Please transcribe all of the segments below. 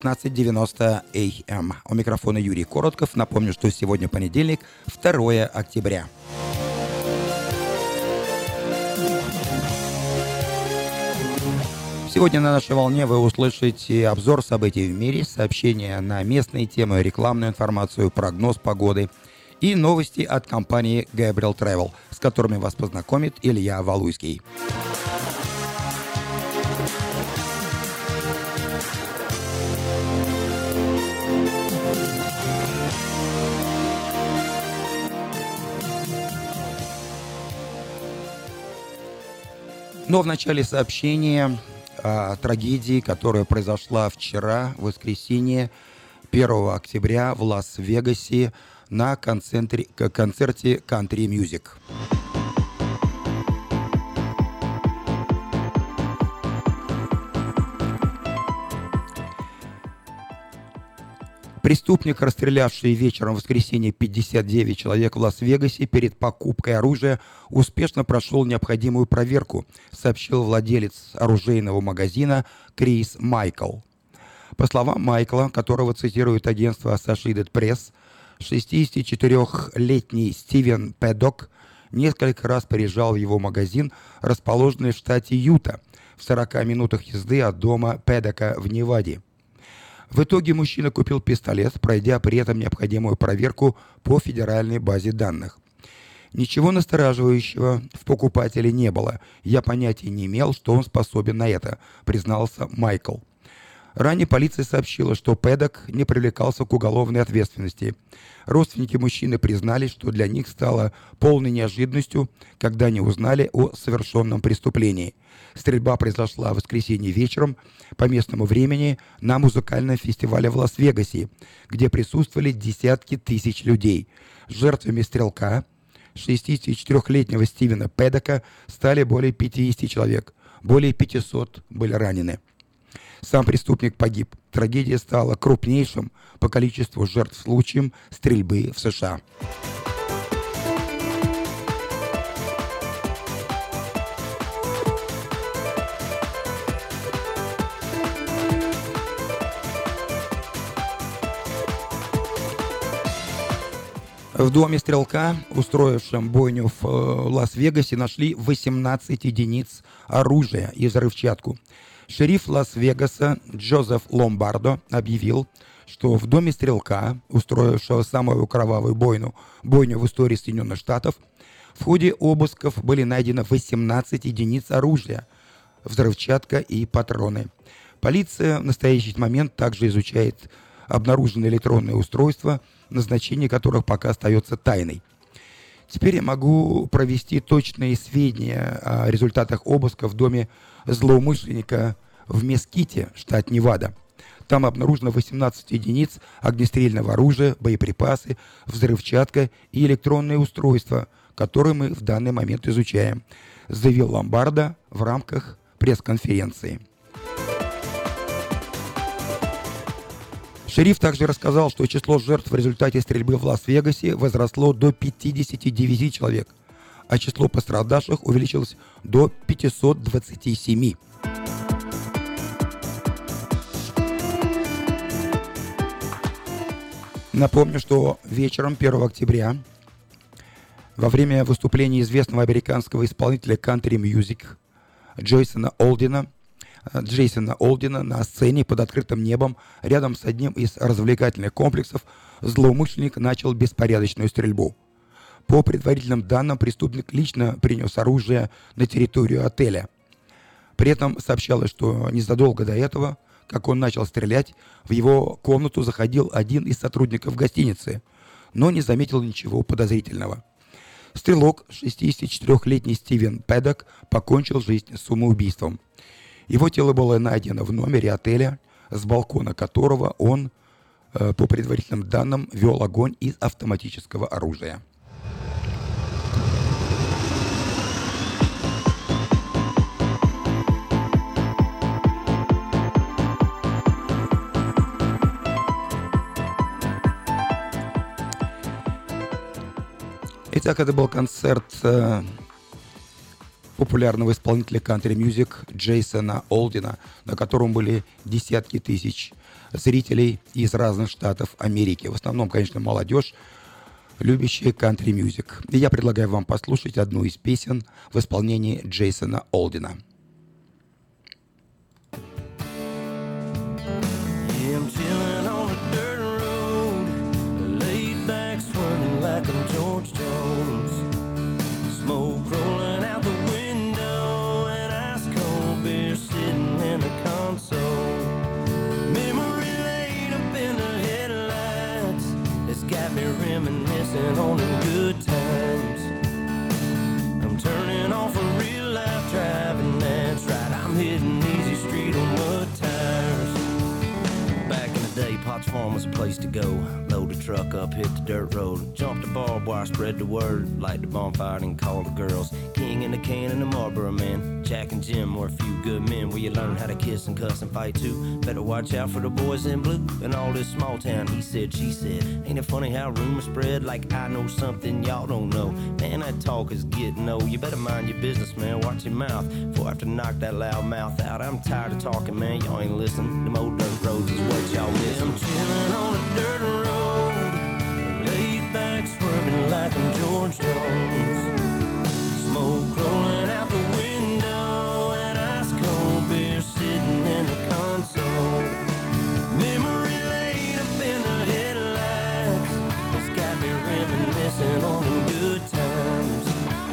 15:90 АМ. У микрофона Юрий Коротков. Напомню, что сегодня понедельник, 2 октября. Сегодня на нашей волне вы услышите обзор событий в мире, сообщения на местные темы, рекламную информацию, прогноз погоды и новости от компании Gabriel Travel, с которыми вас познакомит Илья Валуйский. Но в начале сообщения о трагедии, которая произошла вчера, в воскресенье, 1 октября в Лас-Вегасе на концерте Country Music. Преступник, расстрелявший вечером в воскресенье 59 человек в Лас-Вегасе перед покупкой оружия, успешно прошел необходимую проверку, сообщил владелец оружейного магазина Крис Майкл. По словам Майкла, которого цитирует агентство Associated Press, 64-летний Стивен Пэддок несколько раз приезжал в его магазин, расположенный в штате Юта, в 40 минутах езды от дома Пэддока в Неваде. В итоге мужчина купил пистолет, пройдя при этом необходимую проверку по федеральной базе данных. Ничего настораживающего в покупателе не было. Я понятия не имел, что он способен на это, признался Майкл. Ранее полиция сообщила, что Пэддок не привлекался к уголовной ответственности. Родственники мужчины признались, что для них стало полной неожиданностью, когда они узнали о совершенном преступлении. Стрельба произошла в воскресенье вечером по местному времени на музыкальном фестивале в Лас-Вегасе, где присутствовали десятки тысяч людей. Жертвами стрелка, 64-летнего Стивена Пэддока, стали более 50 человек. Более 500 были ранены. Сам преступник погиб. Трагедия стала крупнейшим по количеству жертв случаем стрельбы в США. В доме стрелка, устроившем бойню в Лас-Вегасе, нашли 18 единиц оружия и взрывчатку. Шериф Лас-Вегаса Джозеф Ломбардо объявил, что в доме стрелка, устроившего самую кровавую бойню в истории Соединенных Штатов, в ходе обысков были найдены 18 единиц оружия, взрывчатка и патроны. Полиция в настоящий момент также изучает обнаруженные электронные устройства, назначение которых пока остается тайной. Теперь я могу провести точные сведения о результатах обыска в доме злоумышленника в Меските, штат Невада. Там обнаружено 18 единиц огнестрельного оружия, боеприпасы, взрывчатка и электронные устройства, которые мы в данный момент изучаем, заявил Ломбардо в рамках пресс-конференции. Шериф также рассказал, что число жертв в результате стрельбы в Лас-Вегасе возросло до 59 человек, а число пострадавших увеличилось до 527. Напомню, что вечером 1 октября во время выступления известного американского исполнителя Country Music Джейсона Олдина на сцене под открытым небом рядом с одним из развлекательных комплексов злоумышленник начал беспорядочную стрельбу. По предварительным данным, преступник лично принес оружие на территорию отеля. При этом сообщалось, что незадолго до этого, как он начал стрелять, в его комнату заходил один из сотрудников гостиницы, но не заметил ничего подозрительного. Стрелок, 64-летний Стивен Пэддок, покончил жизнь самоубийством. Его тело было найдено в номере отеля, с балкона которого он, по предварительным данным, вел огонь из автоматического оружия. Итак, это был концерт популярного исполнителя Country Music Джейсона Олдина, на котором были десятки тысяч зрителей из разных штатов Америки. В основном, конечно, молодежь, любящая кантри-мьюзик. И я предлагаю вам послушать одну из песен в исполнении Джейсона Олдина. Reminiscing on the good times. I'm turning off a real life driving, that's right, I'm hitting easy street on mud tires. Back in the day, Potts Farm was a place to go. Load the truck up, hit the dirt road, jump the barbed wire, spread the word, light the bonfire and call the girls. King in the can and the Marlboro man, Jack and Jim were a few good men where you learn how to kiss and cuss and fight too. Better watch out for the boys in blue and all this small town he said, she said. Ain't it funny how rumors spread like I know something y'all don't know? Man, that talk is getting old. You better mind your business, man, watch your mouth before I have to knock that loud mouth out. I'm tired of talking, man, y'all ain't listening. Them old dirt roads is what y'all miss. I'm chilling on a dirt road, laid back swerving like I'm George Jones. Smoke rolling out the window and ice cold beer sitting in the console. Memory laid up in the headlights, it's got me reminiscing on the good times.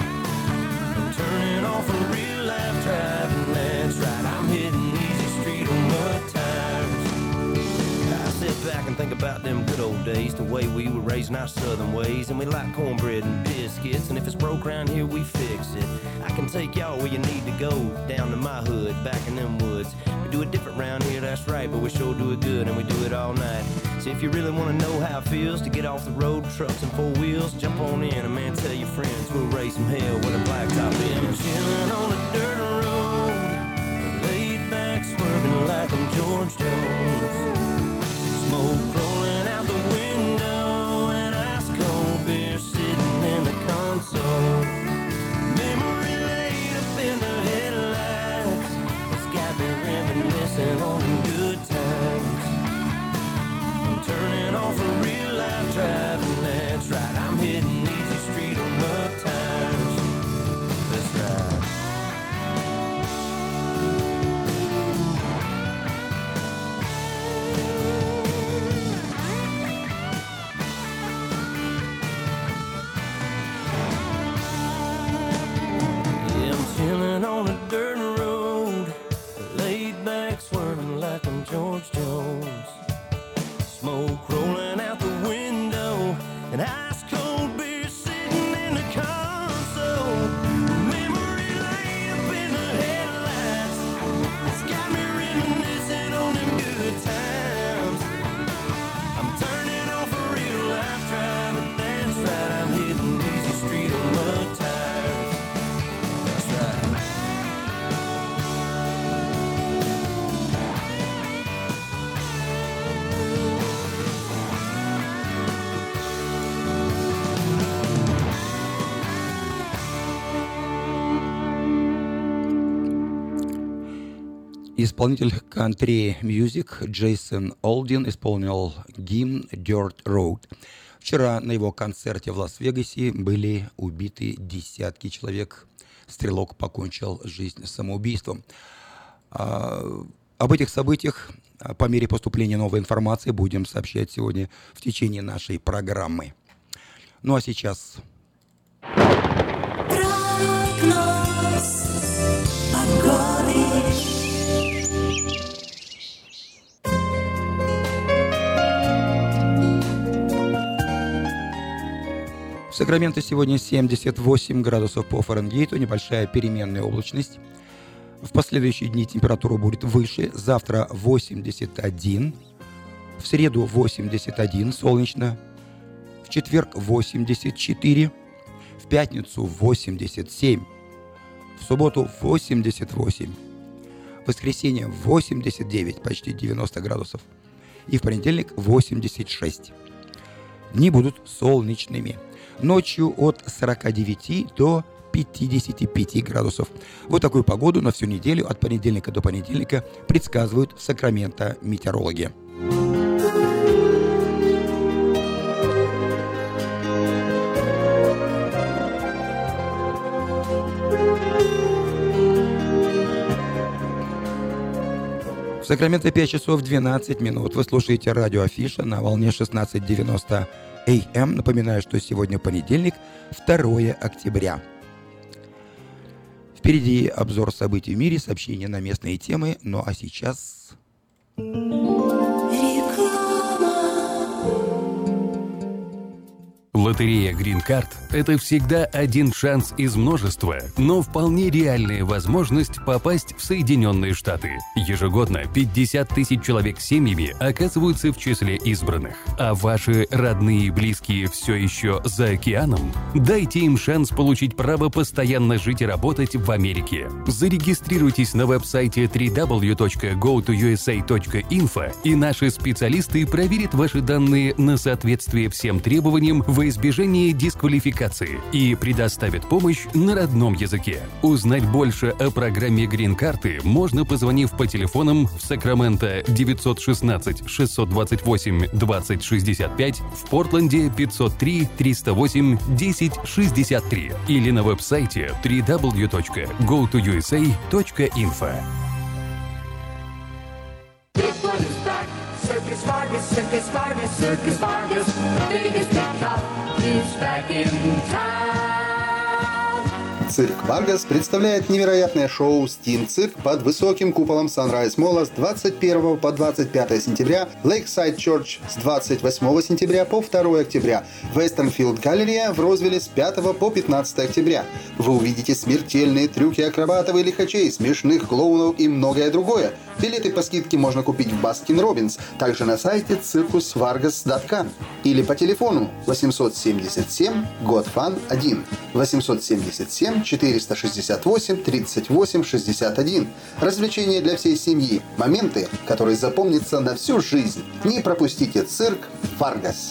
I'm turning off a real life driving, that's right, I'm hitting easy street on mud tires. I sit back and think about them good old days, the way we were raised in our southern ways, and we like cornbread and biscuits, and if it's broke around here we fix it. I can take y'all where you need to go, down to my hood, back in them woods. We do it different round here, that's right, but we sure do it good, and we do it all night. So if you really want to know how it feels to get off the road, trucks and four wheels, jump on in, and man, tell your friends we'll raise some hell with a blacktop in. I'm chilling on a dirt road, laid back swerving like I'm George Jones. Smoke rolling out the window and ice cold beer sitting in the console. Memory laid up in the headlights, it's got me reminiscing on the good times. I'm turning off a real life driving, that's right, I'm hitting easy street on mud tires. That's right. Chilling on a dirt road, laid back swerving like I'm George Jones. Smoke rolling out the window and ice cold beer sitting in the console. Memory laid up in the headlights, it's got me reminiscing on them good times. I'm turning off a real life driving, that's right, I'm hitting easy street on mud tires. Исполнитель кантри-мьюзик Джейсон Олдин исполнил гимн «Dirt Road». Вчера на его концерте в Лас-Вегасе были убиты десятки человек. Стрелок покончил жизнь самоубийством. Об этих событиях по мере поступления новой информации будем сообщать сегодня в течение нашей программы. Ну а сейчас... В Сакраменто сегодня 78 градусов по Фаренгейту, небольшая переменная облачность. В последующие дни температура будет выше. Завтра 81, в среду 81, солнечно. В четверг 84, в пятницу 87, в субботу 88, в воскресенье 89, почти 90 градусов. И в понедельник 86. Дни будут солнечными. Ночью от 49 до 55 градусов. Вот такую погоду на всю неделю от понедельника до понедельника предсказывают в Сакраменто метеорологи. Сакраменто 5 часов 12 минут. Вы слушаете радио Афиша на волне 16:90 АМ. Напоминаю, что сегодня понедельник, 2 октября. Впереди обзор событий в мире, сообщения на местные темы. Ну а сейчас... Лотерея Green Card – это всегда один шанс из множества, но вполне реальная возможность попасть в Соединенные Штаты. Ежегодно 50 тысяч человек с семьями оказываются в числе избранных. А ваши родные и близкие все еще за океаном? Дайте им шанс получить право постоянно жить и работать в Америке. Зарегистрируйтесь на веб-сайте www.gotousa.info, и наши специалисты проверят ваши данные на соответствие всем требованиям во избежание дисквалификации и предоставят помощь на родном языке. Узнать больше о программе Green Card можно, позвонив по телефонам в Сакраменто 916-628-2065, в Портленде 503-308-1063 или на веб-сайте www.gotousa.info. Circus Vargas, Circus Vargas, Circus Vargas, the biggest big top is back in town. Цирк Варгас представляет невероятное шоу «Steam Цирк» под высоким куполом Sunrise Mall с 21 по 25 сентября, Lakeside Church с 28 сентября по 2 октября, Westernfield Галерея в Розвилле с 5 по 15 октября. Вы увидите смертельные трюки акробатов и лихачей, смешных клоунов и многое другое. Билеты по скидке можно купить в Баскин Роббинс, также на сайте circusvargas.com или по телефону 877 Godfan 1 877 468 38 61. Развлечения для всей семьи. Моменты, которые запомнятся на всю жизнь. Не пропустите цирк Варгас.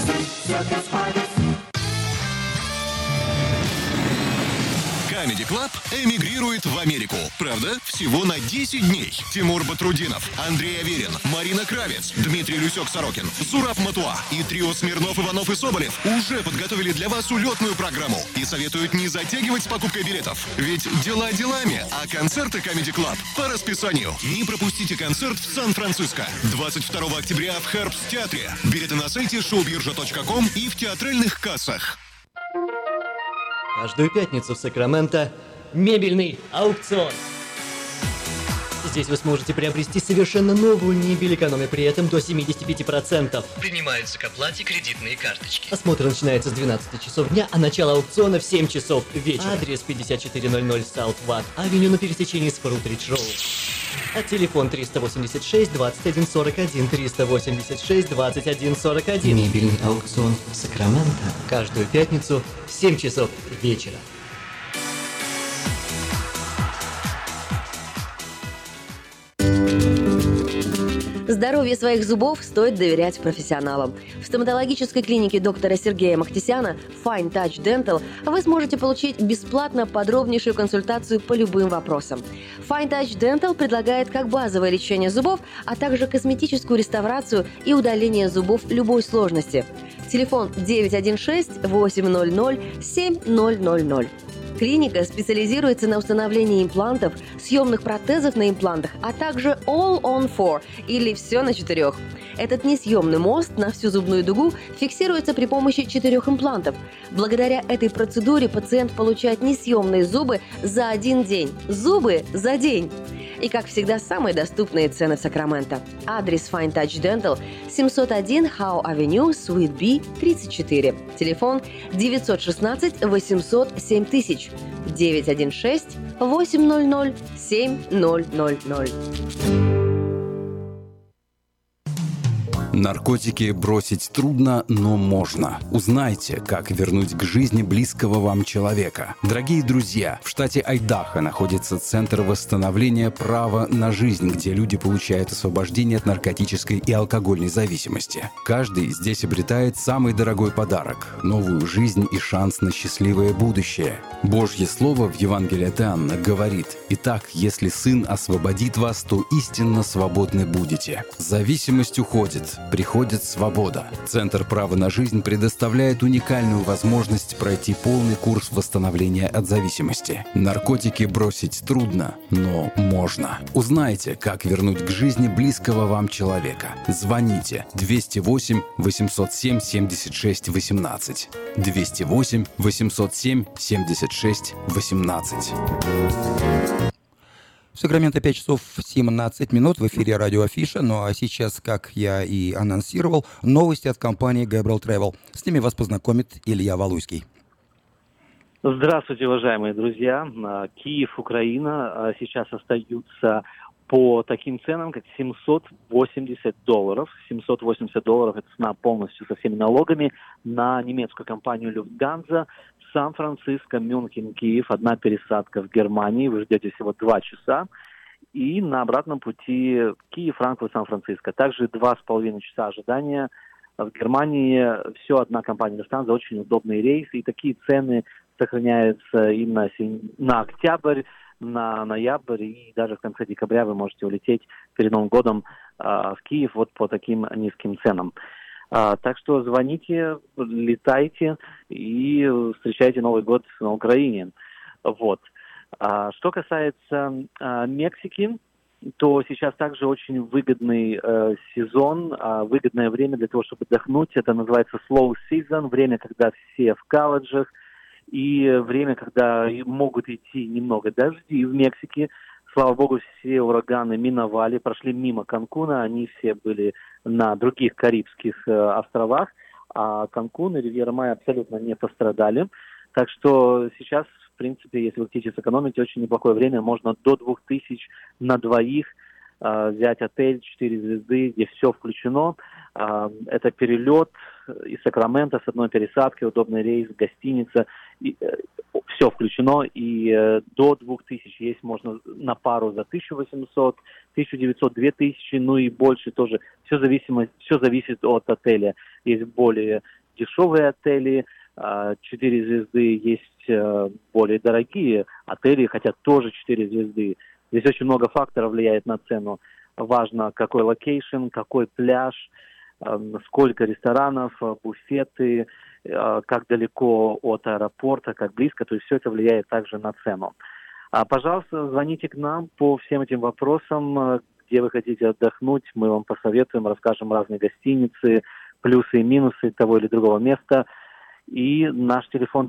Comedy Club эмигрирует в Америку. Правда, всего на 10 дней. Тимур Батрудинов, Андрей Аверин, Марина Кравец, Дмитрий Люсек-Сорокин, Зураб Матуа и трио Смирнов, Иванов и Соболев уже подготовили для вас улетную программу и советуют не затягивать с покупкой билетов. Ведь дела делами, а концерты Comedy Club по расписанию. Не пропустите концерт в Сан-Франциско 22 октября в Herbst театре. Билеты на сайте showbirja.com и в театральных кассах. Каждую пятницу в Сакраменто мебельный аукцион. Здесь вы сможете приобрести совершенно новую мебель, экономя при этом до 75%. Принимаются к оплате кредитные карточки. Осмотр начинается с 12 часов дня, а начало аукциона в 7 часов вечера. Адрес 5400 South Watt Avenue на пересечении с Фрутридж Роуд. А телефон 386 21 41 386 21 41. Мебельный аукцион Сакраменто. Каждую пятницу в 7 часов вечера. Здоровье своих зубов стоит доверять профессионалам. В стоматологической клинике доктора Сергея Махтисяна Fine Touch Dental вы сможете получить бесплатно подробнейшую консультацию по любым вопросам. Fine Touch Dental предлагает как базовое лечение зубов, а также косметическую реставрацию и удаление зубов любой сложности. Телефон 916-800-7000. Клиника специализируется на установлении имплантов, съемных протезов на имплантах, а также All on 4 или «Все на 4». Этот несъемный мост на всю зубную дугу фиксируется при помощи 4 имплантов. Благодаря этой процедуре пациент получает несъемные зубы за 1 день. Зубы за день! И, как всегда, самые доступные цены в Сакраменто. Адрес Fine Touch Dental 701 Howe Avenue, Suite B, 34. Телефон 916 800 7000 916 800 7000. Наркотики бросить трудно, но можно. Узнайте, как вернуть к жизни близкого вам человека. Дорогие друзья, в штате Айдахо находится Центр восстановления права на жизнь, где люди получают освобождение от наркотической и алкогольной зависимости. Каждый здесь обретает самый дорогой подарок – новую жизнь и шанс на счастливое будущее. Божье Слово в Евангелии от Иоанна говорит: «Итак, если Сын освободит вас, то истинно свободны будете». Зависимость уходит. приходит свобода. Центр права на жизнь предоставляет уникальную возможность пройти полный курс восстановления от зависимости. Наркотики бросить трудно, но можно. Узнайте, как вернуть к жизни близкого вам человека. Звоните 208 807 76 18. 208 807 76 18. В Сакраменто 5 часов 17 минут, в эфире радио Афиша. Ну а сейчас, как я и анонсировал, новости от компании Gabriel Travel. С ними вас познакомит Илья Валуйский. Здравствуйте, уважаемые друзья. Киев, Украина сейчас остаются по таким ценам, как $780. $780 – это цена полностью со всеми налогами на немецкую компанию Lufthansa. Сан-Франциско, Мюнхен, Киев, одна пересадка в Германии, вы ждете всего 2 часа. И на обратном пути Киев, Франкфурт, Сан-Франциско. Также 2,5 часа ожидания. В Германии все одна компания Lufthansa, очень удобные рейсы. И такие цены сохраняются и на октябрь, на ноябрь, и даже в конце декабря вы можете улететь перед Новым годом в Киев вот по таким низким ценам. Так что звоните, летайте и встречайте Новый год на Украине. Вот. Что касается Мексики, то сейчас также очень выгодный сезон, выгодное время для того, чтобы отдохнуть. Это называется slow season, время, когда все в колледжах, и время, когда могут идти немного дожди в Мексике. Слава богу, все ураганы миновали, прошли мимо Канкуна, они все были на других Карибских островах, а Канкун и Ривьера Майя абсолютно не пострадали. Так что сейчас, в принципе, если вы хотите сэкономить, очень неплохое время, можно до 2000 на двоих взять отель 4 звезды, где все включено. Это перелет из Сакрамента с одной пересадкой, удобный рейс, гостиница, все включено. И до 2000 есть можно на пару за 1800, 1900, 2000, ну и больше тоже. Все зависит от отеля. Есть более дешевые отели, 4 звезды, есть более дорогие отели, хотя тоже 4 звезды. Здесь очень много факторов влияет на цену. Важно, какой локейшн, какой пляж, сколько ресторанов, буфеты, как далеко от аэропорта, как близко. То есть все это влияет также на цену. Пожалуйста, звоните к нам по всем этим вопросам, где вы хотите отдохнуть. Мы вам посоветуем, расскажем разные гостиницы, плюсы и минусы того или другого места. И наш телефон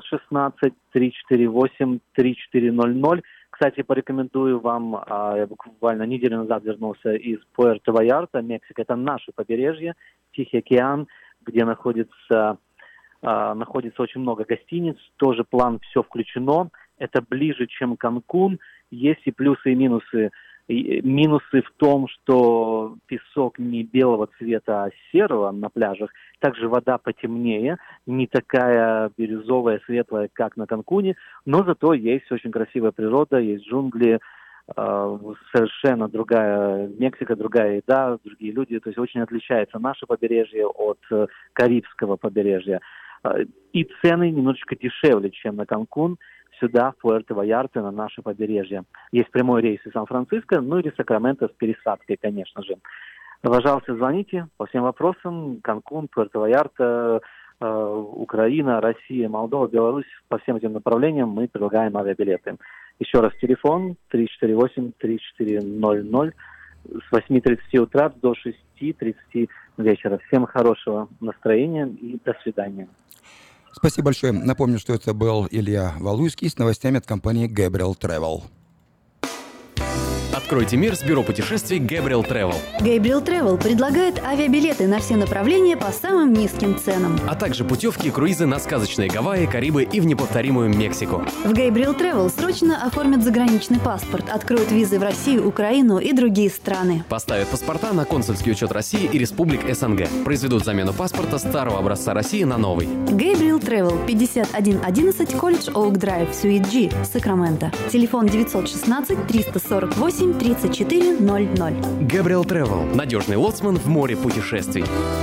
916-348-3400. Кстати, порекомендую вам, я буквально неделю назад вернулся из Пуэрто-Вальярта, Мексика. Это наше побережье, Тихий океан, где находится очень много гостиниц. Тоже план «все включено». Это ближе, чем Канкун. Есть и плюсы, и минусы. Минусы в том, что песок не белого цвета, а серого на пляжах. Также вода потемнее, не такая бирюзовая, светлая, как на Канкуне. Но зато есть очень красивая природа, есть джунгли, совершенно другая Мексика, другая еда, другие люди. То есть очень отличается наше побережье от Карибского побережья. И цены немножечко дешевле, чем на Канкун. Сюда, в Пуэрто-Вальярте, на наше побережье. Есть прямой рейс из Сан-Франциско, ну или Сакраменто с пересадкой, конечно же. Пожалуйста, звоните по всем вопросам. Канкун, Пуэрто-Вальярте, Украина, Россия, Молдова, Беларусь. По всем этим направлениям мы предлагаем авиабилеты. Еще раз телефон 348-3400 с 8:30 утра до 6:30 вечера. Всем хорошего настроения и до свидания. Спасибо большое. Напомню, что это был Илья Валуйский с новостями от компании Gabriel Travel. Откройте мир с бюро путешествий Gabriel Travel. Gabriel Travel предлагает авиабилеты на все направления по самым низким ценам. А также путевки и круизы на сказочные Гавайи, Карибы и в неповторимую Мексику. В Gabriel Travel срочно оформят заграничный паспорт, откроют визы в Россию, Украину и другие страны. Поставят паспорта на консульский учет России и республик СНГ. Произведут замену паспорта старого образца России на новый. Gabriel Travel, 5111 Колледж Оук Драйв, Суит G, Сакраменто. Телефон 916-348-3400. Gabriel Travel. Надежный лоцман в море путешествий.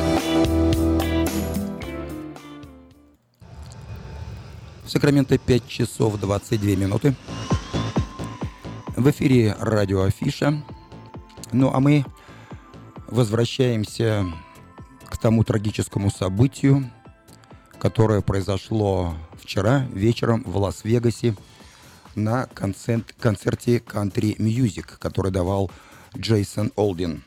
В Сакраменто 5 часов 22 минуты. В эфире радио Афиша. Ну а мы возвращаемся тому трагическому событию, которое произошло вчера вечером в Лас-Вегасе на концерте Country Music, который давал Джейсон Олдин.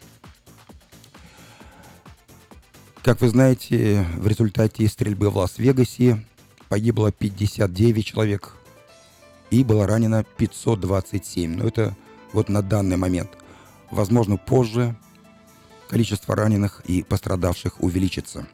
Как вы знаете, в результате стрельбы в Лас-Вегасе погибло 59 человек и было ранено 527. Но это вот на данный момент. Возможно, позже количество раненых и пострадавших увеличится.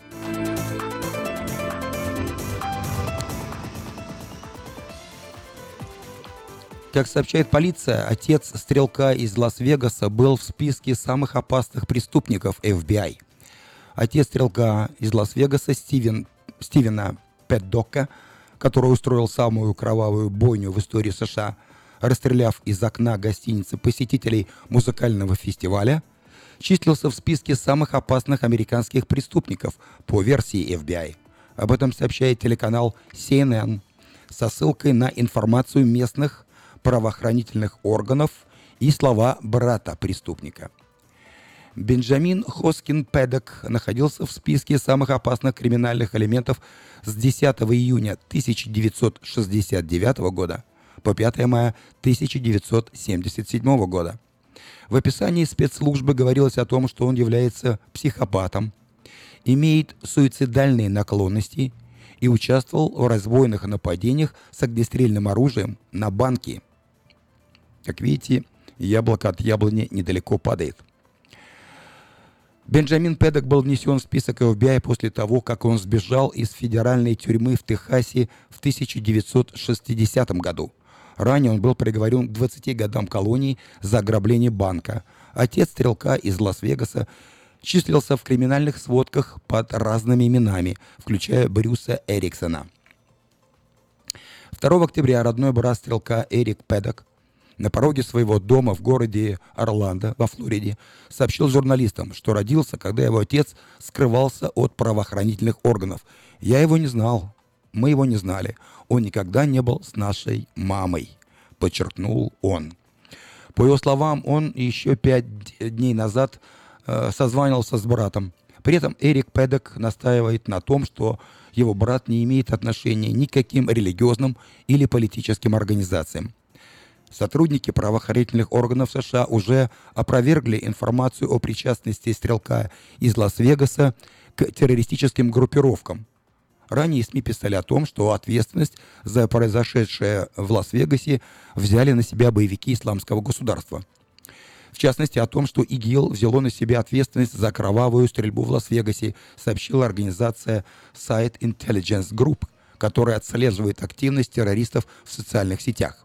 Как сообщает полиция, отец стрелка из Лас-Вегаса был в списке самых опасных преступников FBI. Отец стрелка из Лас-Вегаса Стивена Пэддока, который устроил самую кровавую бойню в истории США, расстреляв из окна гостиницы посетителей музыкального фестиваля, числился в списке самых опасных американских преступников по версии FBI. Об этом сообщает телеканал CNN со ссылкой на информацию местных правоохранительных органов и слова брата преступника. Бенджамин Хоскин Пэддок находился в списке самых опасных криминальных элементов с 10 июня 1969 года по 5 мая 1977 года. В описании спецслужбы говорилось о том, что он является психопатом, имеет суицидальные наклонности и участвовал в разбойных нападениях с огнестрельным оружием на банки. Как видите, яблоко от яблони недалеко падает. Бенджамин Пэддок был внесен в список FBI после того, как он сбежал из федеральной тюрьмы в Техасе в 1960 году. Ранее он был приговорен к 20 годам колонии за ограбление банка. Отец стрелка из Лас-Вегаса числился в криминальных сводках под разными именами, включая Брюса Эриксона. 2 октября родной брат стрелка Эрик Пэддок на пороге своего дома в городе Орландо, во Флориде, сообщил журналистам, что родился, когда его отец скрывался от правоохранительных органов. «Я его не знал, мы его не знали, он никогда не был с нашей мамой», подчеркнул он. По его словам, он еще 5 дней назад созванивался с братом. При этом Эрик Пэддок настаивает на том, что его брат не имеет отношения ни к каким религиозным или политическим организациям. Сотрудники правоохранительных органов США уже опровергли информацию о причастности стрелка из Лас-Вегаса к террористическим группировкам. Ранее СМИ писали о том, что ответственность за произошедшее в Лас-Вегасе взяли на себя боевики Исламского государства. В частности, о том, что ИГИЛ взяло на себя ответственность за кровавую стрельбу в Лас-Вегасе, сообщила организация Site Intelligence Group, которая отслеживает активность террористов в социальных сетях.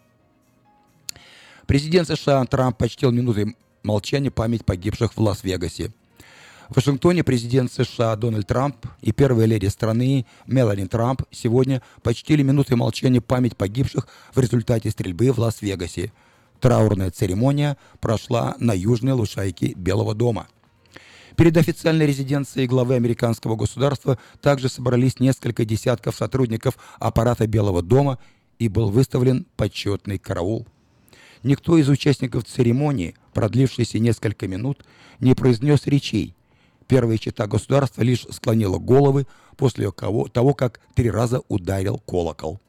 Президент США Трамп почтил минутой молчания память погибших в Лас-Вегасе. В Вашингтоне президент США Дональд Трамп и первая леди страны Мелани Трамп сегодня почтили минутой молчания память погибших в результате стрельбы в Лас-Вегасе. Траурная церемония прошла на южной лужайке Белого дома. Перед официальной резиденцией главы американского государства также собрались несколько десятков сотрудников аппарата Белого дома и был выставлен почетный караул. Никто из участников церемонии, продлившейся несколько минут, не произнес речей. Первая чета государства лишь склонила головы после того, как 3 раза ударил колокол.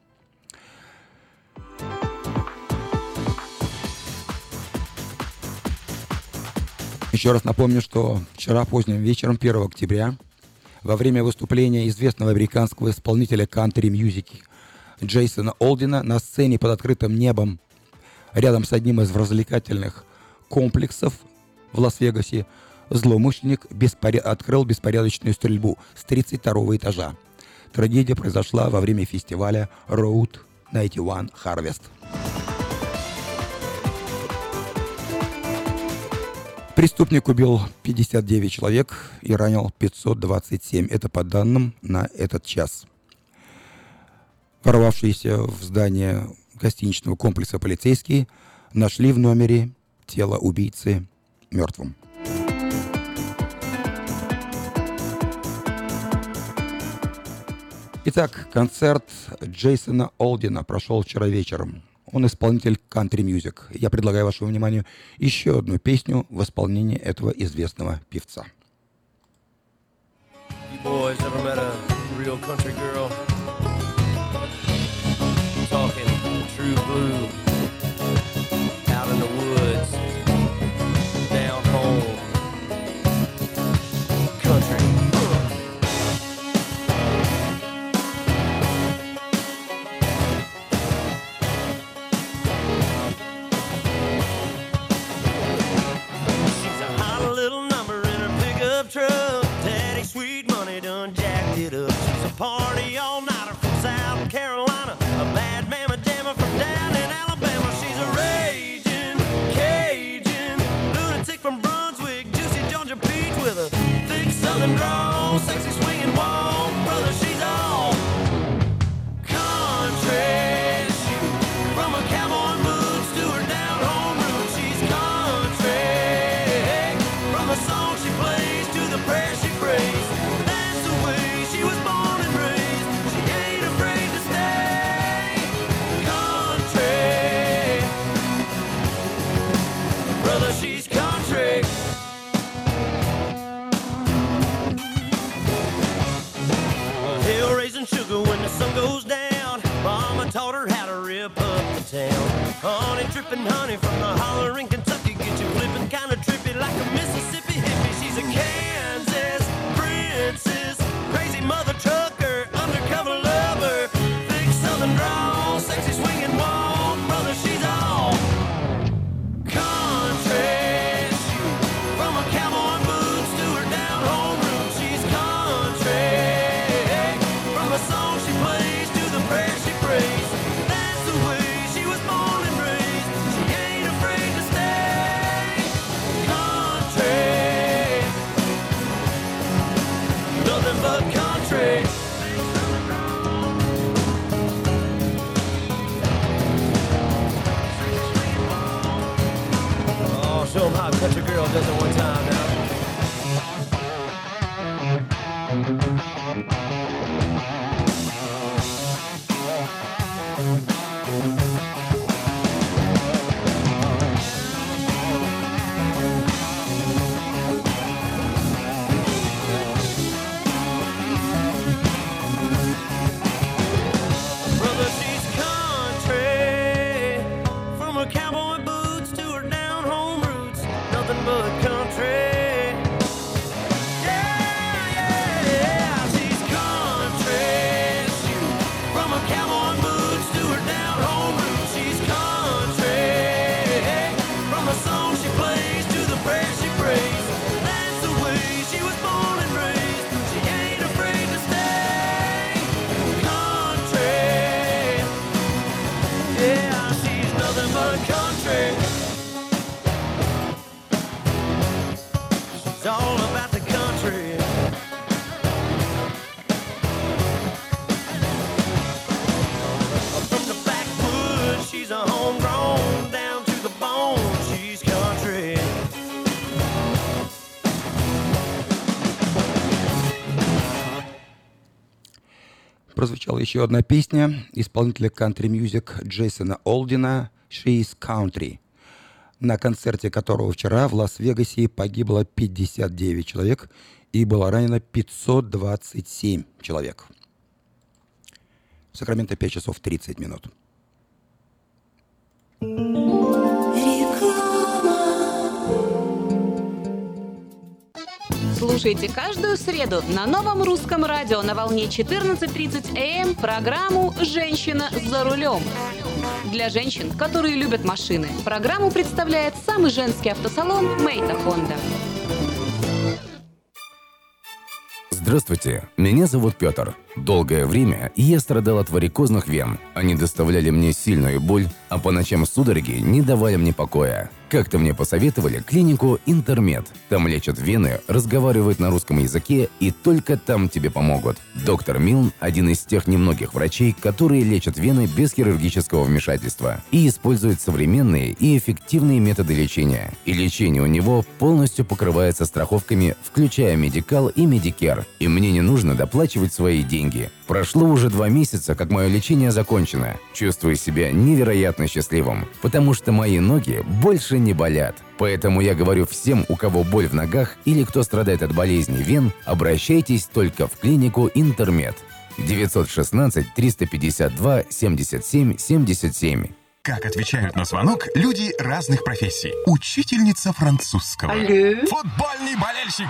Еще раз напомню, что вчера поздним вечером, 1 октября, во время выступления известного американского исполнителя кантри-мьюзики Джейсона Олдина на сцене под открытым небом рядом с одним из развлекательных комплексов в Лас-Вегасе злоумышленник открыл беспорядочную стрельбу с 32-го этажа. Трагедия произошла во время фестиваля Route 91 Harvest. Преступник убил 59 человек и ранил 527. Это по данным на этот час. Ворвавшиеся в здание гостиничного комплекса полицейские нашли в номере тело убийцы мертвым. Итак, концерт Джейсона Олдина прошел вчера вечером. Он исполнитель кантри-мьюзик. Я предлагаю вашему вниманию еще одну песню в исполнении этого известного певца. boys ever met a real country girl? Talking true blue, out in the woods, down home, country. She's a hot little number in her pickup truck. Daddy sweet money done jacked it up. She's a party all-nighter from South Carolina, a bad mamma jamma from down in Alabama. She's a raging Cajun lunatic from Brunswick, juicy Georgia peach with a thick southern drawl, sexy swinging walk, brother. She's all country. From her cowboy boots to her down home roots, she's country. From the song she plays to the prayer she prays, that's the way she was born and raised. She ain't afraid to stay country. Brother, she's country. Hell raising sugar when the sun goes down. Mama taught her how to rip up the town. Honey dripping honey from the holler in Kentucky, get you flipping kind of trippy like a Mississippi hippie. She's a Kansas princess, crazy mother trucker, undercover lover, thick southern drawl, sexy swinging walk, brother. She's all country. From her cowboy boots to her down home roots, she's country. From the song she plays to the prayer she prays, that's the way she was born and raised. She ain't afraid to stay country. Nothing but country. Oh, show 'em how a country girl does it one time now. Brother, she's country. From her cowboy boots to her down home roots, nothing but country. Yeah, yeah, yeah, she's country. From her cowboy boots to her down home roots, she's country. From the song she plays to the prayer she prays, that's the way she was born and raised. She ain't afraid to stay country. Yeah, she's nothing but country. She's all about the country. From the backwoods, she's a homegrown, down to the bone, she's country. Прозвучала еще одна песня исполнителя кантри-мьюзик Джейсона Олдина «She's Country», на концерте которого вчера в Лас-Вегасе погибло 59 человек и было ранено 527 человек. В Сакраменто 5 часов 30 минут. Слушайте каждую среду на Новом русском радио на волне 14:30 АМ программу «Женщина за рулем». Для женщин, которые любят машины, программу представляет самый женский автосалон «Мейта Хонда». Здравствуйте, меня зовут Петр. Долгое время я страдал от варикозных вен. Они доставляли мне сильную боль, а по ночам судороги не давали мне покоя. Как-то мне посоветовали клинику «Интермед». Там лечат вены, разговаривают на русском языке и только там тебе помогут. Доктор Милн – один из тех немногих врачей, которые лечат вены без хирургического вмешательства и используют современные и эффективные методы лечения. И лечение у него полностью покрывается страховками, включая Медикал и Медикер. И мне не нужно доплачивать свои деньги. Прошло уже 2 месяца, как мое лечение закончено. Чувствую себя невероятно счастливым, потому что мои ноги больше не болят. Поэтому я говорю всем, у кого боль в ногах или кто страдает от болезни вен, обращайтесь только в клинику Интермед. 916-352-77-77. Как отвечают на звонок люди разных профессий. Учительница французского. Алле. Футбольный болельщик.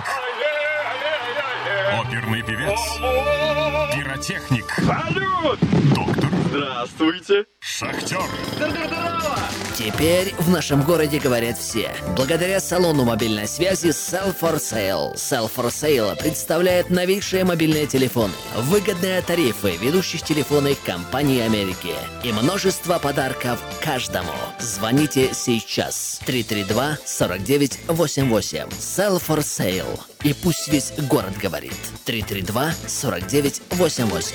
Оперный певец. Пиротехник. Салют! Доктор. Здравствуйте. Шахтер. Здорово! Теперь в нашем городе говорят все. Благодаря салону мобильной связи Sell for Sale. Sell for Sale представляет новейшие мобильные телефоны, выгодные тарифы ведущих телефонных компаний Америки и множество подарков каждому. Звоните сейчас. 332-4988. Sell for Sale. И пусть весь город говорит. 332-4988.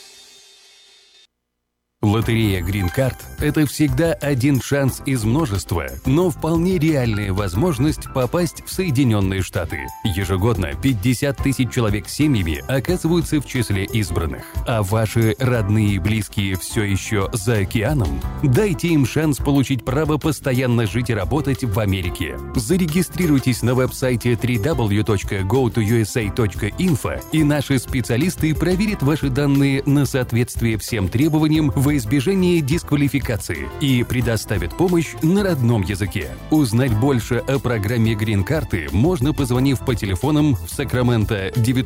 Лотерея Green Card – это всегда один шанс из множества, но вполне реальная возможность попасть в Соединенные Штаты. Ежегодно 50 тысяч человек с семьями оказываются в числе избранных. А ваши родные и близкие все еще за океаном? Дайте им шанс получить право постоянно жить и работать в Америке. Зарегистрируйтесь на веб-сайте www.gotoUSA.info, и наши специалисты проверят ваши данные на соответствие всем требованиям во избежание дисквалификации и предоставит помощь на родном языке. Узнать больше о программе Green Card можно, позвонив по телефонам в Сакраменто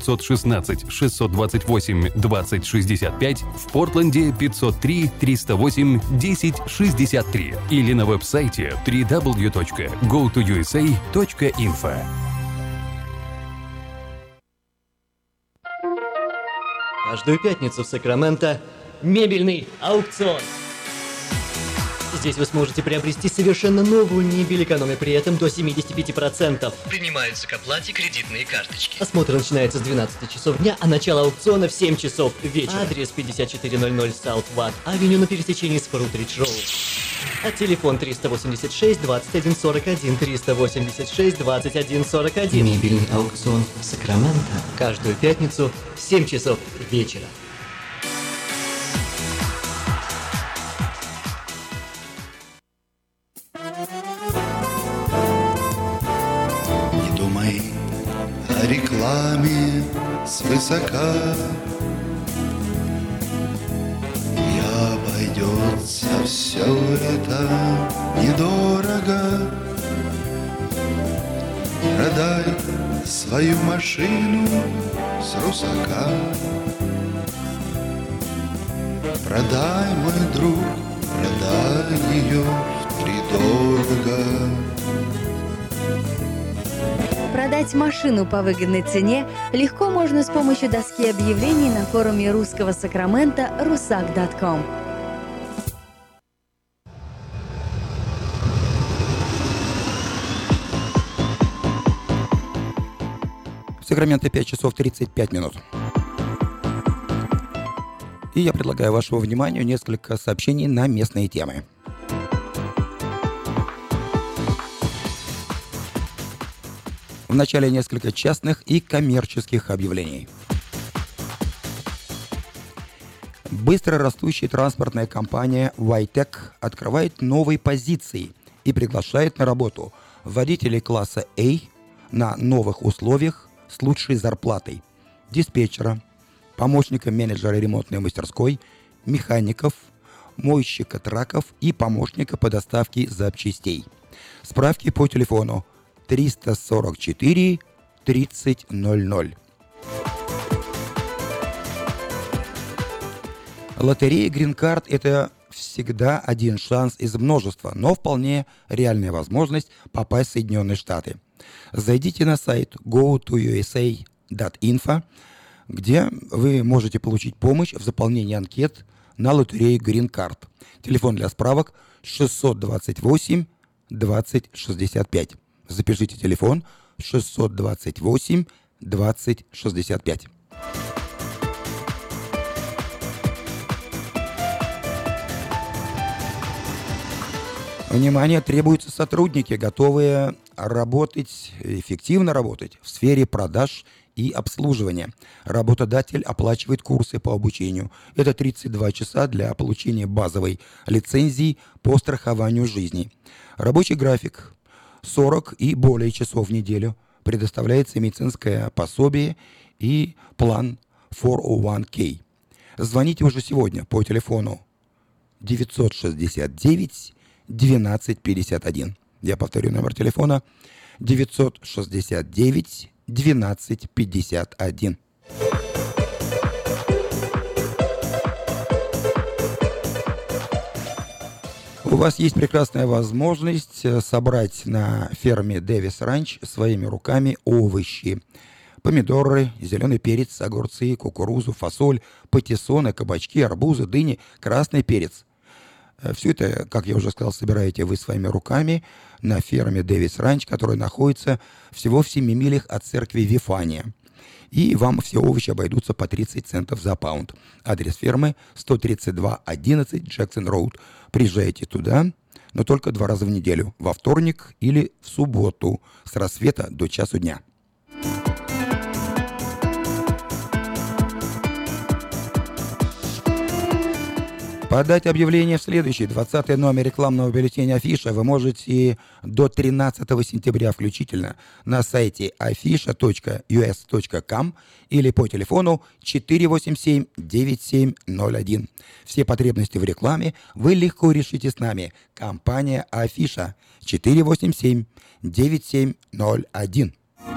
916-628-2065, в Портленде 503-308-1063 или на веб-сайте www.gotoUSA.info. Каждую пятницу в Сакраменто мебельный аукцион. Здесь вы сможете приобрести совершенно новую мебель, экономя при этом до 75%. Принимаются к оплате кредитные карточки. Осмотр начинается с 12 часов дня, а начало аукциона в 7 часов вечера. Адрес 5400 South Watt Avenue на пересечении с Фрутридж Роуд. А телефон 386-2141, 386-2141. Мебельный аукцион Сакраменто. Каждую пятницу в 7 часов вечера. О рекламе свысока, и обойдется все это недорого. Продай свою машину с русака. Продай, мой друг, продай ее втридорого. Продать машину по выгодной цене легко можно с помощью доски объявлений на форуме русского Сакрамента rusak.com. В Сакраменто 5 часов 35 минут. И я предлагаю вашему вниманию несколько сообщений на местные темы. В начале несколько частных и коммерческих объявлений. Быстро растущая транспортная компания Vitec открывает новые позиции и приглашает на работу водителей класса A на новых условиях с лучшей зарплатой, диспетчера, помощника менеджера ремонтной мастерской, механиков, мойщика траков и помощника по доставке запчастей. Справки по телефону 344 3000. Лотерея Green Card – это всегда один шанс из множества, но вполне реальная возможность попасть в Соединенные Штаты. Зайдите на сайт gotoUSA.info, где вы можете получить помощь в заполнении анкет на лотерею Green Card. Телефон для справок 628 20 65. Запишите телефон 628 20 65. Внимание, требуются сотрудники, готовые работать, эффективно работать в сфере продаж и обслуживание. Работодатель оплачивает курсы по обучению. Это 32 часа для получения базовой лицензии по страхованию жизни. Рабочий график 40 и более часов в неделю. Предоставляется медицинское пособие и план 401k. Звоните уже сегодня по телефону 969 1251. Я повторю номер телефона 969 1251. У вас есть прекрасная возможность собрать на ферме Дэвис Ранч своими руками овощи. Помидоры, зеленый перец, огурцы, кукурузу, фасоль, патиссоны, кабачки, арбузы, дыни, красный перец. Все это, как я уже сказал, собираете вы своими руками на ферме Дэвис Ранч, которая находится всего в 7 милях от церкви Вифания. И вам все овощи обойдутся по 30 центов за паунд. Адрес фермы 13211 Джексон Роуд. Приезжайте туда, но только 2 раза в неделю. Во вторник или в субботу с рассвета до часу дня. Подать объявление в следующий 20-й номер рекламного бюллетеня «Афиша» вы можете до 13 сентября включительно на сайте afisha.us.com или по телефону 487-9701. Все потребности в рекламе вы легко решите с нами. Компания «Афиша» 487-9701.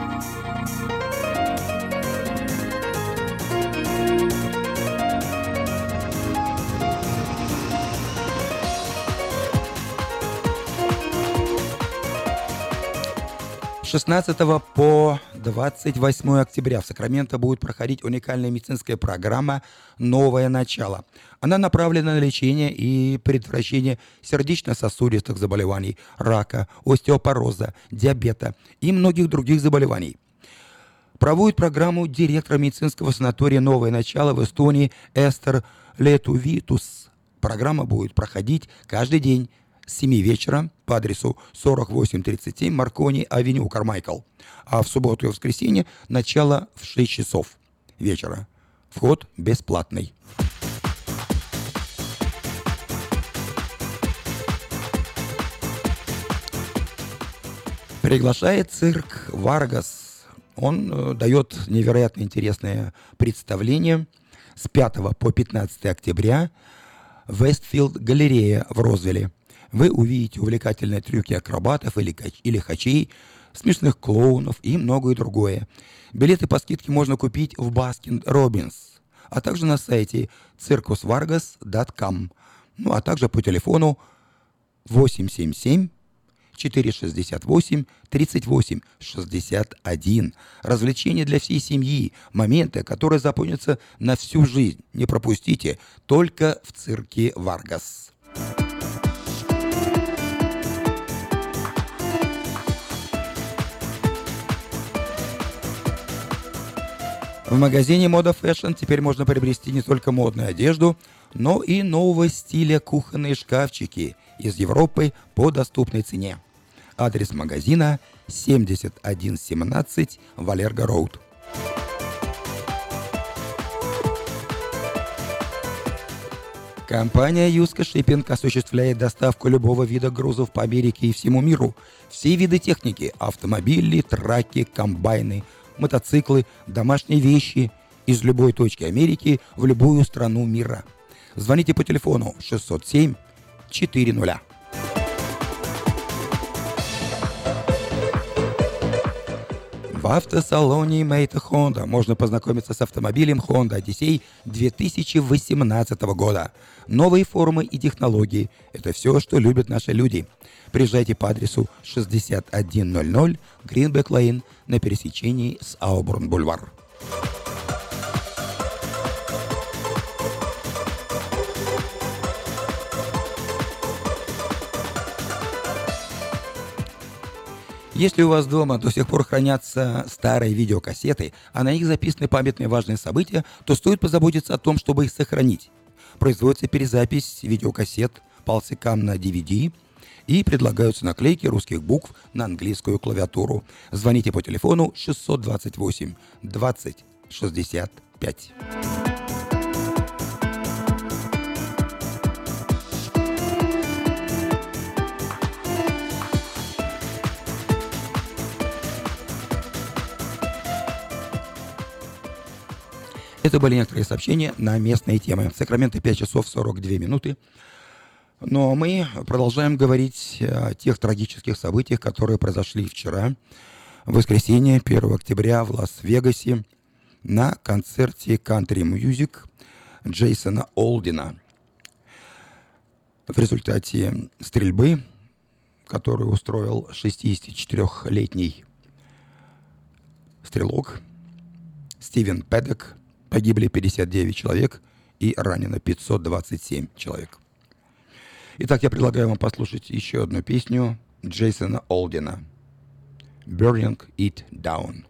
16 по 28 октября в Сакраменто будет проходить уникальная медицинская программа «Новое начало». Она направлена на лечение и предотвращение сердечно-сосудистых заболеваний, рака, остеопороза, диабета и многих других заболеваний. Проводит программу директор медицинского санатория «Новое начало» в Эстонии Эстер Летувитус. Программа будет проходить каждый день с 7 вечера по адресу 4837 Маркони-авеню, Кармайкл. А в субботу и воскресенье начало в 6 часов вечера. Вход бесплатный. Приглашает цирк «Варгас». Он дает невероятно интересное представление с 5 по 15 октября в Вестфилд-галерея в Розвилле. Вы увидите увлекательные трюки акробатов или хачей, смешных клоунов и многое другое. Билеты по скидке можно купить в Баскин Робинс, а также на сайте circusvargas.com, ну а также по телефону 877-468-3861. Развлечения для всей семьи, моменты, которые запомнятся на всю жизнь. Не пропустите, только в цирке Варгас. В магазине Moda Fashion теперь можно приобрести не только модную одежду, но и нового стиля кухонные шкафчики из Европы по доступной цене. Адрес магазина 7117 Валерго Роуд. Компания Юска Шиппинг осуществляет доставку любого вида грузов по Америке и всему миру. Все виды техники – автомобили, траки, комбайны, мотоциклы, домашние вещи из любой точки Америки в любую страну мира. Звоните по телефону 607-400. В автосалоне Мэйта Honda можно познакомиться с автомобилем Honda Odyssey 2018 года. Новые формы и технологии – это все, что любят наши люди. Приезжайте по адресу 6100 Гринбек Лейн на пересечении с Аубурн-Бульвар. Если у вас дома до сих пор хранятся старые видеокассеты, а на них записаны памятные важные события, то стоит позаботиться о том, чтобы их сохранить. Производится перезапись видеокассет полсекам на DVD И предлагаются наклейки русских букв на английскую клавиатуру. Звоните по телефону 628 20 65. Это были некоторые сообщения на местные темы. В Сакраменто 5 часов 42 минуты. Но мы продолжаем говорить о тех трагических событиях, которые произошли вчера, в воскресенье, 1 октября, в Лас-Вегасе, на концерте Country Music Джейсона Олдина. В результате стрельбы, которую устроил 64-летний стрелок Стивен Пэддок, погибли 59 человек и ранено 527 человек. Итак, я предлагаю вам послушать еще одну песню Джейсона Олдина «Burning It Down».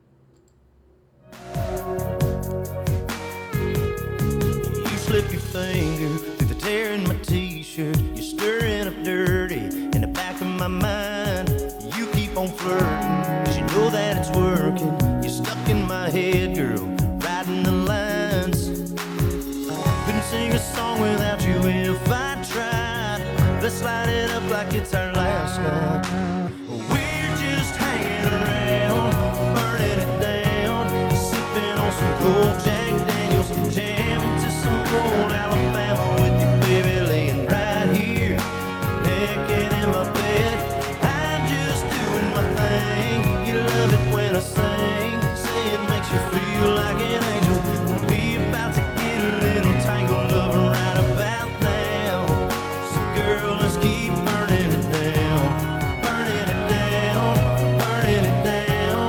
You slip your finger through the tear in my t-shirt. You're stirring up dirty in the back of my mind. You keep on flirting, 'cause you know that it's working. You're stuck in my head, girl, writing the lines. Couldn't sing a song without you if I tried. Let's light it up like it's our last night. We're just hanging around, burning it down, sipping on some cold Jack Daniels, jamming to some old Alabama with you, baby, laying right here, naked in my bed. I'm just doing my thing. You love it when I sing, say it makes you feel like an angel. We're about to get a little tangled up right about now. So girl, let's keep burning it down, burning it down, burning it down.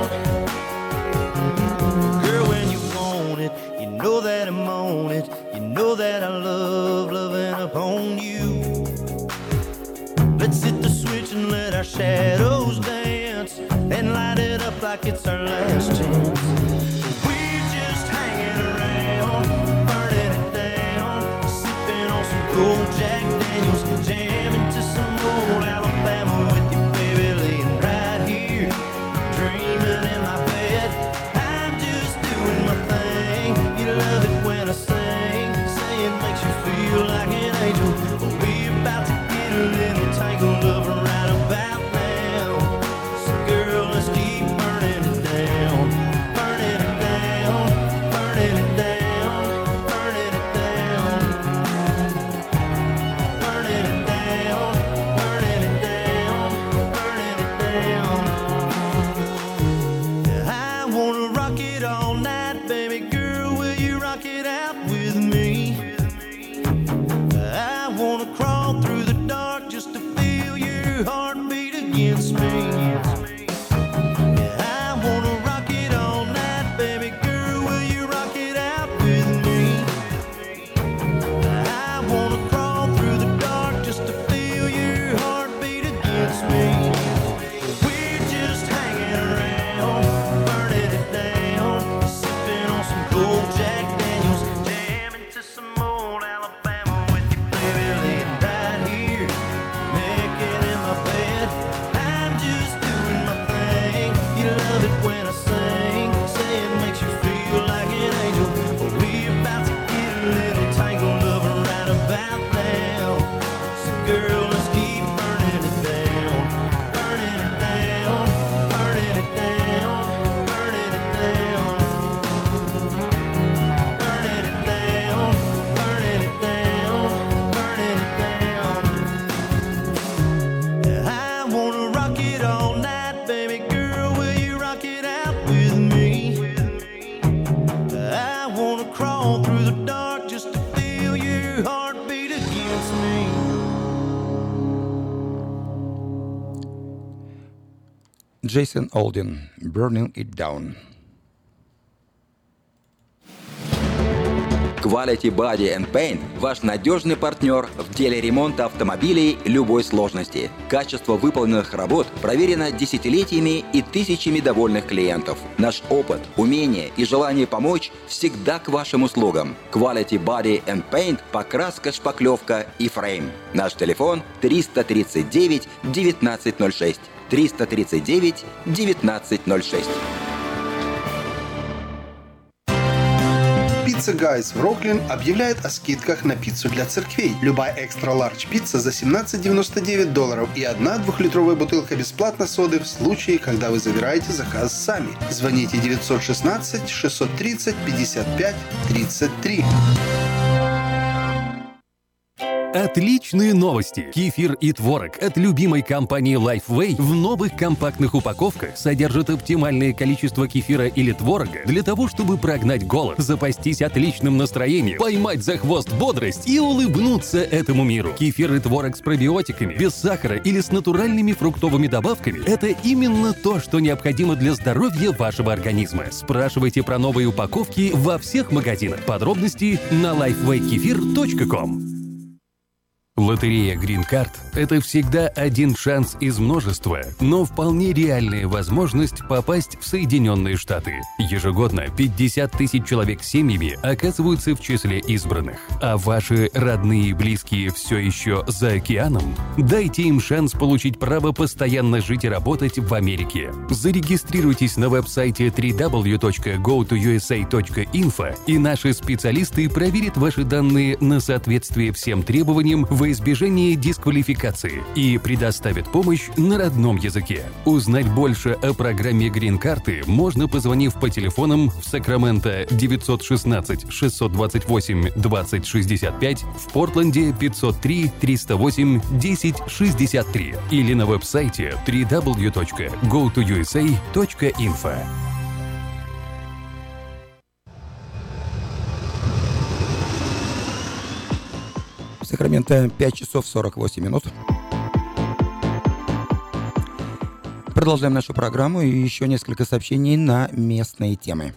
Girl, when you want it, you know that I'm on it. You know that I love loving upon you. Let's hit the switch and let our shadows dance, and light it up like it's our last chance. We're just hanging around, burning it down, sipping on some cold Jack Daniels, jamming to some old Alabama with you, baby, laying right here, dreaming in my bed. I'm just doing my thing. You love it when I sing, say it makes you feel like an angel. We're about to get a little tangled up right about now. So girl, let's keep burning it down, burning it down, burning it down, burning it down, burning it down, burning it down, burning it down. I wanna rock it all night, baby girl, will you rock it out with me? I wanna crawl through the dark just to feel your heartbeat against me. I wanna rock it all night, baby girl, will you rock it out with me? I wanna crawl through the dark just to feel your heartbeat against me. We're just hanging around, burning it down, sipping on some cold Jack Daniels, jamming to some old Alabama with you, baby, laying right here, naked in my bed. I'm just doing my thing. You love it when I sing, say it makes you feel like an angel. We're about to get a little tangled up right about now. So girl, let's keep burning it down, burning it down, burning it down, burning it down, burning it down, burning it down, burning it down. I wanna rock it all night, baby girl, will you rock it out with me? I wanna crawl through the dark just to feel your heartbeat against me. Джейсон Олдин «Burning It Down». Quality Body and Paint – ваш надежный партнер в деле ремонта автомобилей любой сложности. Качество выполненных работ проверено десятилетиями и тысячами довольных клиентов. Наш опыт, умение и желание помочь всегда к вашим услугам. Quality Body and Paint – покраска, шпаклевка и фрейм. Наш телефон 339 1906. 339 1906. Pizza Guys в Роклин объявляет о скидках на пиццу для церквей. Любая экстра-лардж пицца за $17.99 и одна 2-литровая бутылка бесплатно соды в случае, когда вы забираете заказ сами. Звоните 916 630 55 33. Отличные новости! Кефир и творог от любимой компании Lifeway в новых компактных упаковках содержат оптимальное количество кефира или творога для того, чтобы прогнать голод, запастись отличным настроением, поймать за хвост бодрость и улыбнуться этому миру. Кефир и творог с пробиотиками, без сахара или с натуральными фруктовыми добавками – это именно то, что необходимо для здоровья вашего организма. Спрашивайте про новые упаковки во всех магазинах. Подробности на lifewaykefir.com. Лотерея Green Card – это всегда один шанс из множества, но вполне реальная возможность попасть в Соединенные Штаты. Ежегодно 50 тысяч человек с семьями оказываются в числе избранных. А ваши родные и близкие все еще за океаном? Дайте им шанс получить право постоянно жить и работать в Америке. Зарегистрируйтесь на веб-сайте www.gotousa.info, и наши специалисты проверят ваши данные на соответствие всем требованиям во избежание дисквалификации и предоставят помощь на родном языке. Узнать больше о программе Green Card можно, позвонив по телефонам в Сакраменто 916 628 2065, в Портленде 503 308 1063 или на веб-сайте www.gotousa.info. Сакраменто 5 часов 48 минут. Продолжаем нашу программу и еще несколько сообщений на местные темы.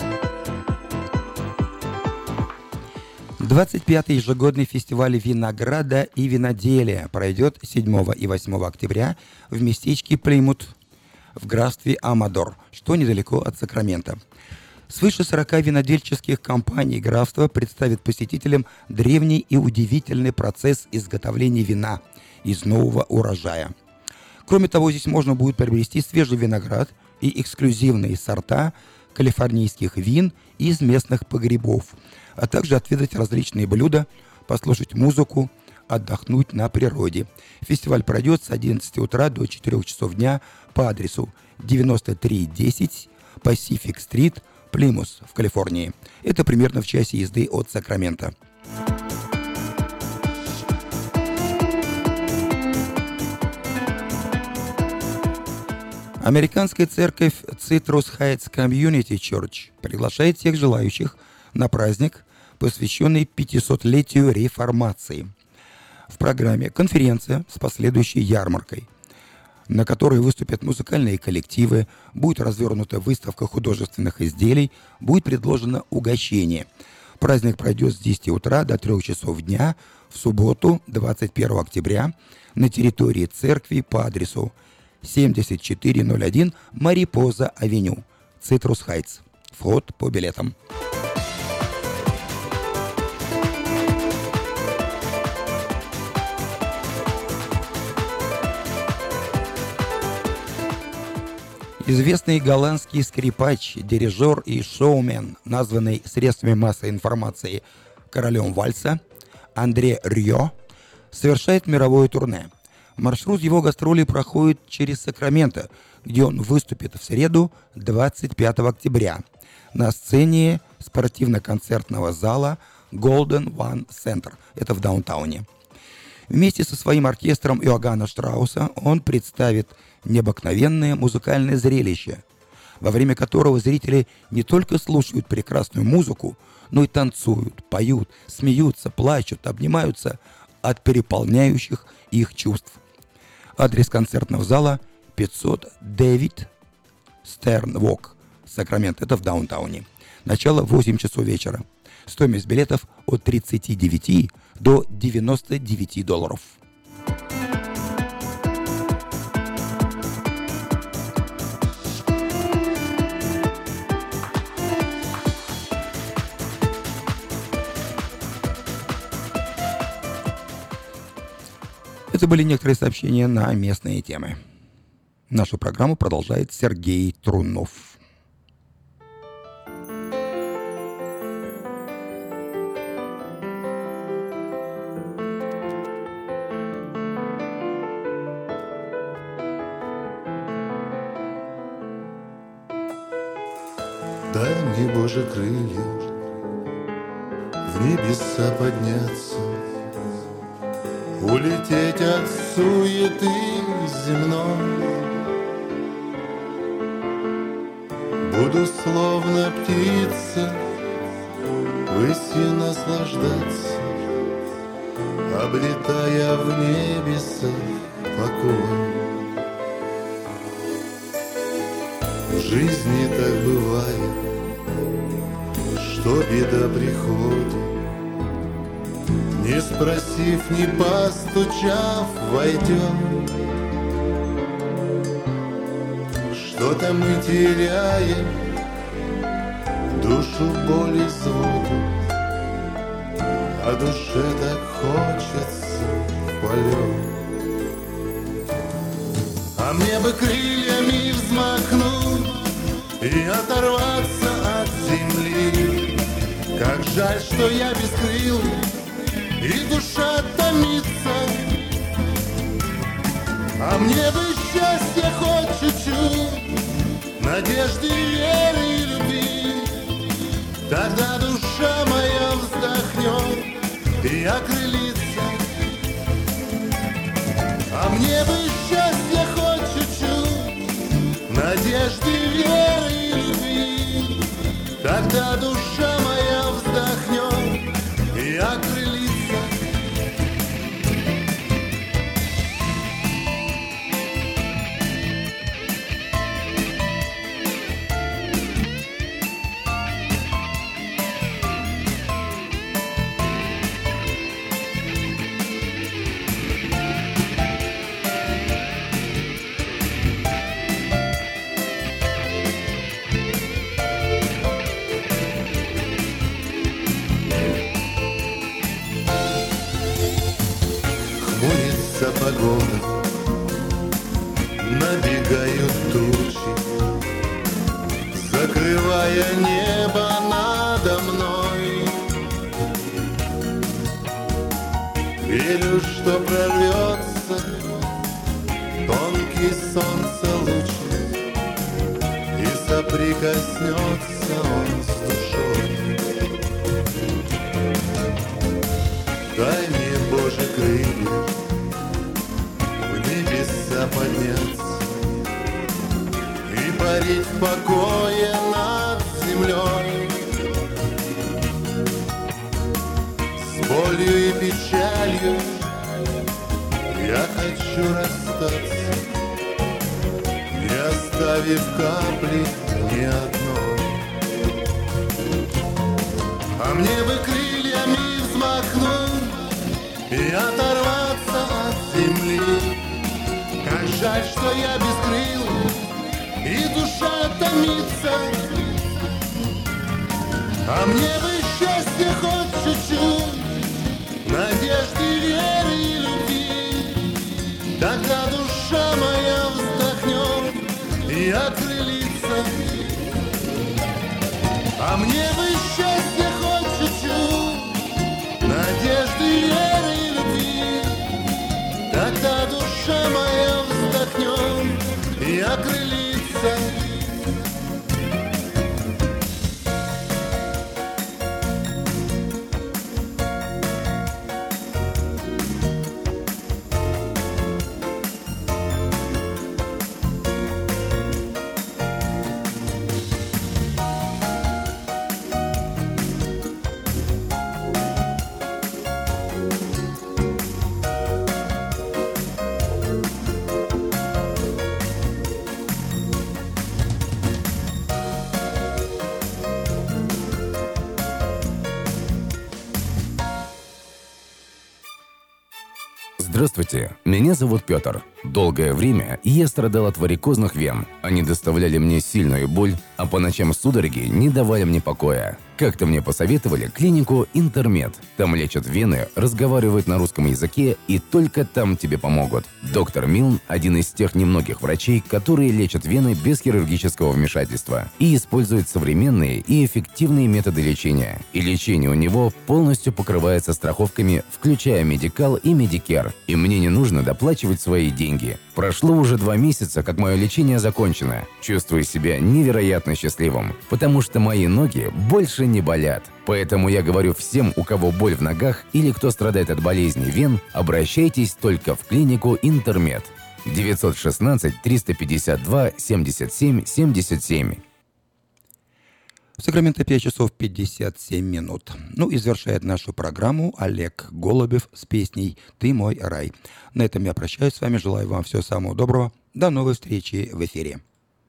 25-й ежегодный фестиваль винограда и виноделия пройдет 7 и 8 октября в местечке Плимут в графстве Амадор, что недалеко от Сакрамента. Свыше 40 винодельческих компаний графства представят посетителям древний и удивительный процесс изготовления вина из нового урожая. Кроме того, здесь можно будет приобрести свежий виноград и эксклюзивные сорта калифорнийских вин из местных погребов, а также отведать различные блюда, послушать музыку, отдохнуть на природе. Фестиваль пройдет с 11 утра до 4 часов дня по адресу 9310 Pacific Street, Плимус в Калифорнии. Это примерно в часе езды от Сакрамента. Американская церковь Citrus Heights Community Church приглашает всех желающих на праздник, посвященный 500-летию реформации. В программе конференция с последующей ярмаркой, на которой выступят музыкальные коллективы, будет развернута выставка художественных изделий, будет предложено угощение. Праздник пройдет с 10 утра до 3 часов дня в субботу, 21 октября, на территории церкви по адресу 7401 Марипоза-авеню, Citrus Heights. Вход по билетам. Известный голландский скрипач, дирижер и шоумен, названный средствами массовой информации королем вальса, Андре Рьо, совершает мировое турне. Маршрут его гастролей проходит через Сакраменто, где он выступит в среду, 25 октября, на сцене спортивно-концертного зала Golden One Center. Это в даунтауне. Вместе со своим оркестром Иоганна Штрауса он представит необыкновенное музыкальное зрелище, во время которого зрители не только слушают прекрасную музыку, но и танцуют, поют, смеются, плачут, обнимаются от переполняющих их чувств. Адрес концертного зала 500 Дэвид Стерн Вок, Сакраменто, это в даунтауне. Начало в 8 часов вечера. Стоимость билетов от 39 до $99. Это были некоторые сообщения на местные темы. Нашу программу продолжает Сергей Трунов. Дай мне, Боже, крылья в небеса подняться, улететь от суеты земной. Буду словно птица высью наслаждаться, облетая в небесах покой. В жизни так бывает, что беда приходит, не спросив, не постучав, войдет. Что-то мы теряем, душу боли звуку, а душе так хочется в полет. А мне бы крыльями взмахнуть и оторваться от земли. Как жаль, что я без крыл, и душа томится. А мне бы счастья хоть чуть-чуть, надежды, веры и любви. Тогда душа моя вздохнет и окрылится. А мне бы счастья хоть чуть-чуть, надежды, веры и любви. Тогда душа моя вздохнет и окрылится. Погода, набегают тучи, закрывая небо надо мной. Верю, что прорвется тонкий солнце луч, и соприкоснется он с душой. Дай мне, Боже, крылья подняться и парить в покое над землей. С болью и печалью я хочу расстаться, не оставив капли ни одной. А мне бы крыльями взмахнуть и оторваться от земли. Как жаль, что я без крыл, и душа томится. А мне бы счастья хоть чуть-чуть, надежды, веры и любви. Тогда душа моя вздохнет и окрылится. А мне бы счастья хоть чуть-чуть, надежды, веры и любви. Тогда душа моя вздохнет и окрылится. Здравствуйте, меня зовут Петр. Долгое время я страдал от варикозных вен. Они доставляли мне сильную боль, а по ночам судороги не давали мне покоя. Как-то мне посоветовали клинику «Интермед». Там лечат вены, разговаривают на русском языке, и только там тебе помогут. Доктор Милн – один из тех немногих врачей, которые лечат вены без хирургического вмешательства и используют современные и эффективные методы лечения. И лечение у него полностью покрывается страховками, включая Медикал и Медикер. И мне не нужно доплачивать свои деньги. Прошло уже 2 месяца, как мое лечение закончено. Чувствую себя невероятно счастливым, потому что мои ноги больше не болят. Поэтому я говорю всем, у кого боль в ногах или кто страдает от болезни вен, обращайтесь только в клинику «Интермед». 916-352-77-77. В Сакраменто 5 часов 57 минут. Ну и завершает нашу программу Олег Голубев с песней «Ты мой рай». На этом я прощаюсь с вами, желаю вам всего самого доброго. До новой встречи в эфире.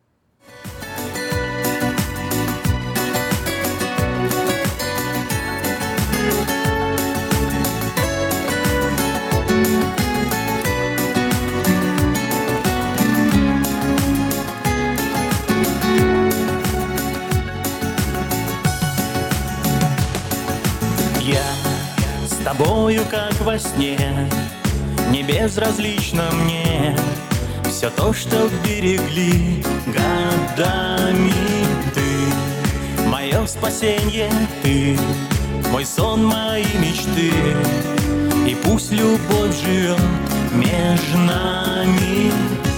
Я с тобою, как во сне, не безразлично мне все то, что берегли годами. Ты мое спасенье, ты мой сон, мои мечты. И пусть любовь живет между нами.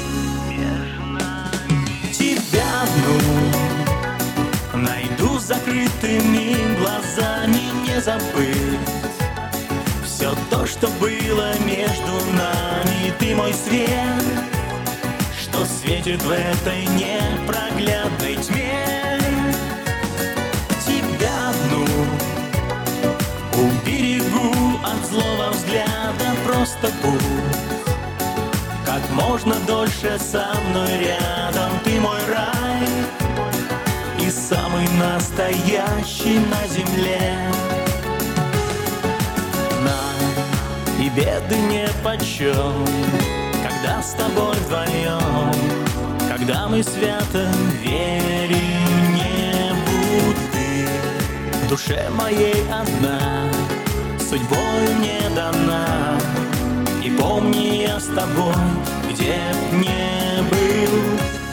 Тебя одну найду с закрытыми глазами, не забыть все то, что было между нами. Ты мой свет, что светит в этой непроглядной тьме. Тебя одну уберегу от злого взгляда, просто будь как можно дольше со мной рядом. Ты мой рай и самый настоящий на земле. Нам и беды нипочем, когда с тобой вдвоем, когда мы свято верим в небу. Ты в душе моей одна, судьбой мне дана. И помни, я с тобой, где б не был.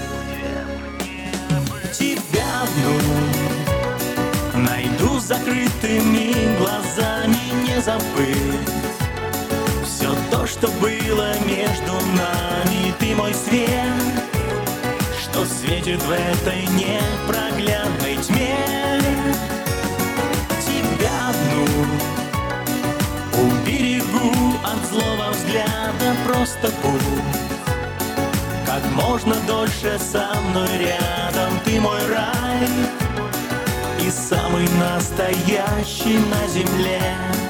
Тебя одну найду с закрытыми глазами, не забыть все то, что было между нами. Ты мой свет, что светит в этой непроглядной тьме. Тебя одну уберегу от злого взгляда, просто будь как можно дольше со мной рядом. Ты мой рай и самый настоящий на земле.